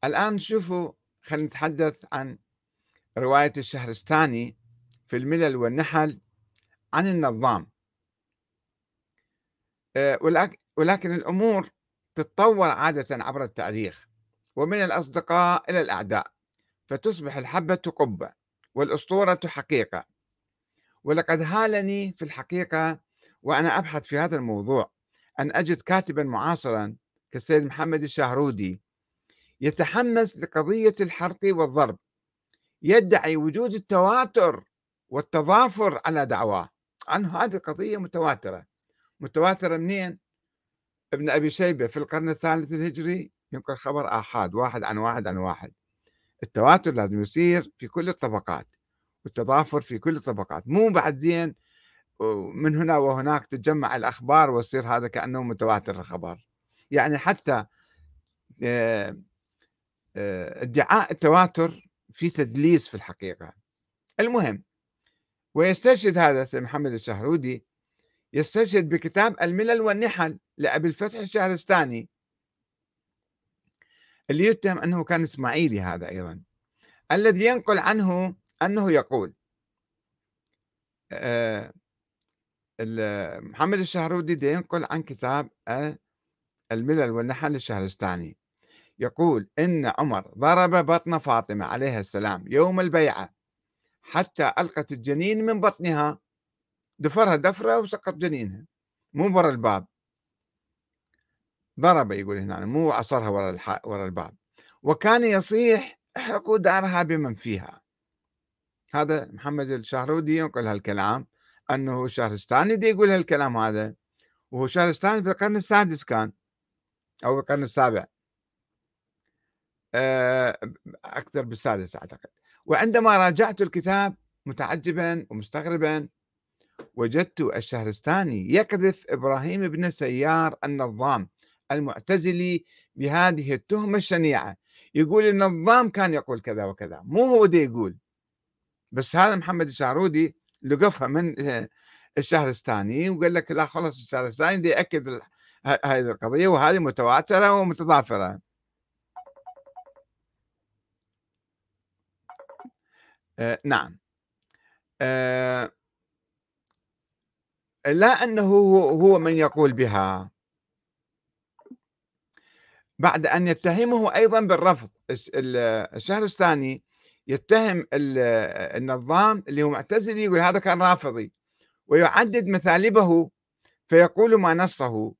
الآن شوفوا، خلينا نتحدث عن رواية الشهرستاني في الملل والنحل عن النظام. ولكن الأمور تتطور عادة عبر التاريخ، ومن الأصدقاء إلى الأعداء، فتصبح الحبة قبة والأسطورة حقيقة. ولقد هالني في الحقيقة وأنا أبحث في هذا الموضوع أن أجد كاتبا معاصرا كالسيد محمد الشهرودي يتحمس لقضية الحرق والضرب، يدعي وجود التواتر والتضافر على دعواه، عنه هذه القضية متواترة. متواترة منين؟ ابن أبي شيبة في القرن الثالث الهجري ينقل خبر آحاد، واحد عن واحد عن واحد. التواتر لازم يصير في كل الطبقات، والتضافر في كل الطبقات، مو بعد زين من هنا وهناك تتجمع الأخبار ويصير هذا كأنه متواتر الخبر. يعني حتى آه، ادعاء التواتر في تدليس في الحقيقة. المهم، ويستشهد هذا سيد محمد الشهرودي، يستشهد بكتاب الملل والنحل لأبي الفتح الشهرستاني، اللي يتهم أنه كان إسماعيلي هذا أيضا، الذي ينقل عنه أنه يقول آه، محمد الشهرودي ينقل عن كتاب الملل والنحل الشهرستاني، يقول إن عمر ضرب بطن فاطمة عليها السلام يوم البيعة حتى ألقت الجنين من بطنها، دفرها دفرة وسقط جنينها، مو برا الباب، ضرب يقول هنا، مو عصرها ورا الباب، وكان يصيح احرقوا دارها بمن فيها. هذا محمد الشهرودي ينقل هالكلام، أنه الشهرستاني دي يقول هالكلام هذا، وهو شهرستاني في القرن السادس كان، أو القرن السابع، آه، أكثر بالسادس أعتقد. وعندما راجعت الكتاب متعجبا ومستغربا، وجدت الشهرستاني يقذف إبراهيم بن سيار النظام المعتزلي بهذه التهمة الشنيعة، يقول النظام كان يقول كذا وكذا، مو هو دي يقول. بس هذا محمد الشعرودي لقفها من الشهرستاني وقال لك لا خلص، الشهرستاني دي يأكد هذه القضية، وهذه متواترة ومتضافرة. نعم. آه لا أنه هو من يقول بها، بعد أن يتهمه أيضا بالرفض. الشهرستاني يتهم النظام اللي هو معتزلي، يقول هذا كان رافضي، ويعدد مثالبه، فيقول ما نصه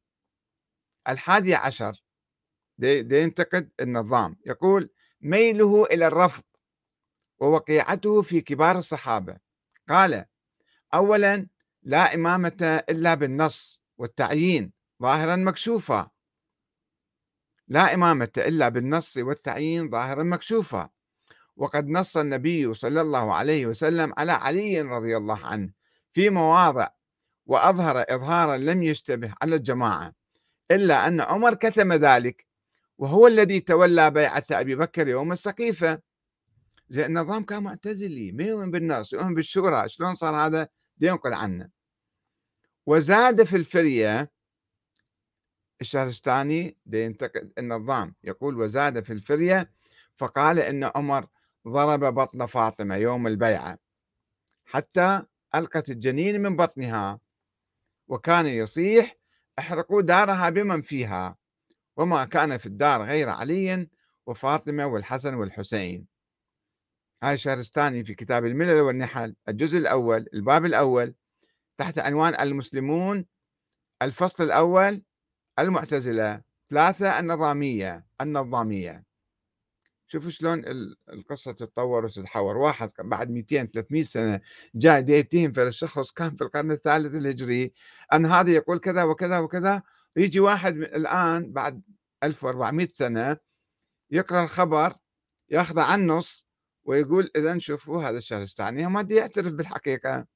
11 دي ينتقد النظام، يقول ميله إلى الرفض ووقيعته في كبار الصحابة. قال أولا لا إمامة إلا بالنص والتعيين ظاهرا مكشوفا، لا إمامة إلا بالنص والتعيين ظاهرا مكشوفا، وقد نص النبي صلى الله عليه وسلم على علي رضي الله عنه في مواضع، وأظهر إظهارا لم يشتبه على الجماعة، إلا أن عمر كتم ذلك، وهو الذي تولى بيعة أبي بكر يوم السقيفة. زي النظام كان معتزلي، ما يؤمن بالنص، يؤمن بالشورى، شلون صار هذا؟ ينقل عنه. وزاد في الفرية، الشهرستاني ينتقد النظام، يقول وزاد في الفرية فقال إن عمر ضرب بطن فاطمة يوم البيعة حتى ألقت الجنين من بطنها، وكان يصيح احرقوا دارها بمن فيها، وما كان في الدار غير علي وفاطمة والحسن والحسين. هاي شهرستاني في كتاب الملل والنحل الجزء الأول الباب الأول تحت عنوان المسلمون، الفصل الأول المعتزلة، 3 النظامية. شوفوا شلون القصة تتطور وتتحور. واحد بعد 200 300 سنة جاي يتهم في الشخص كان في القرن الثالث الهجري أن هذا يقول كذا وكذا وكذا، ويجي واحد الآن بعد 1400 سنة يقرأ الخبر ياخذه عن النص ويقول إذا شوفوا هذا الشهرستاني ما دي يعترف بالحقيقة.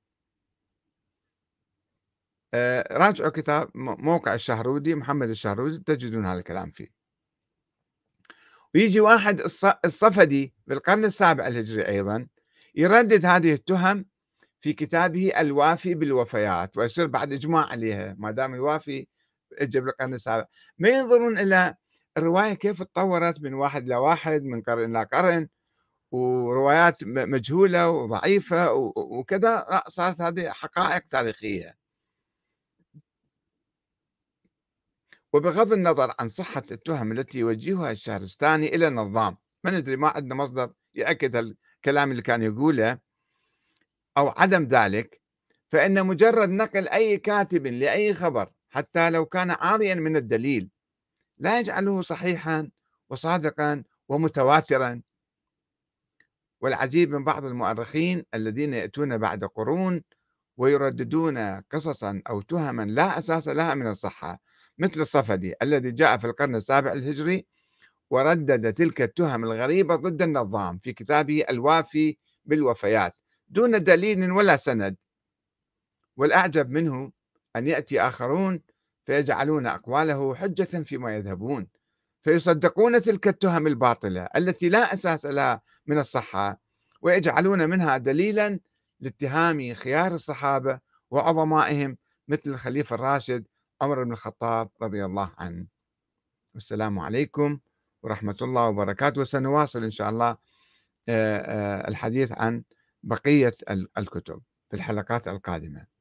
راجعوا كتاب موقع الشهرودي، محمد الشهرودي، تجدون هذا الكلام فيه. ويجي واحد الصفدي في القرن السابع الهجري أيضا يردد هذه التهم في كتابه الوافي بالوفيات، ويصير بعد إجماع عليها ما دام الوافي اجى بالقرن السابع. ما ينظرون إلى الرواية كيف اتطورت من واحد لواحد، من قرن إلى قرن، وروايات مجهولة وضعيفة وكذا، لأ صارت هذه حقائق تاريخية. وبغض النظر عن صحة التهم التي يوجهها الشهرستاني إلى النظام، ما ندري، ما عندنا مصدر يأكد الكلام اللي كان يقوله أو عدم ذلك، فإن مجرد نقل أي كاتب لأي خبر حتى لو كان عاريا من الدليل لا يجعله صحيحا وصادقا ومتواترا. والعجيب من بعض المؤرخين الذين يأتون بعد قرون ويرددون قصصا أو تهما لا أساس لها من الصحة، مثل الصفدي الذي جاء في القرن السابع الهجري وردد تلك التهم الغريبة ضد النظام في كتابه الوافي بالوفيات دون دليل ولا سند. والأعجب منه أن يأتي آخرون فيجعلون أقواله حجة فيما يذهبون، فيصدقون تلك التهم الباطلة التي لا أساس لها من الصحة، ويجعلون منها دليلا لاتهام خيار الصحابة وعظمائهم مثل الخليفة الراشد عمر بن الخطاب رضي الله عنه. والسلام عليكم ورحمة الله وبركاته. وسنواصل إن شاء الله الحديث عن بقية الكتب في الحلقات القادمة.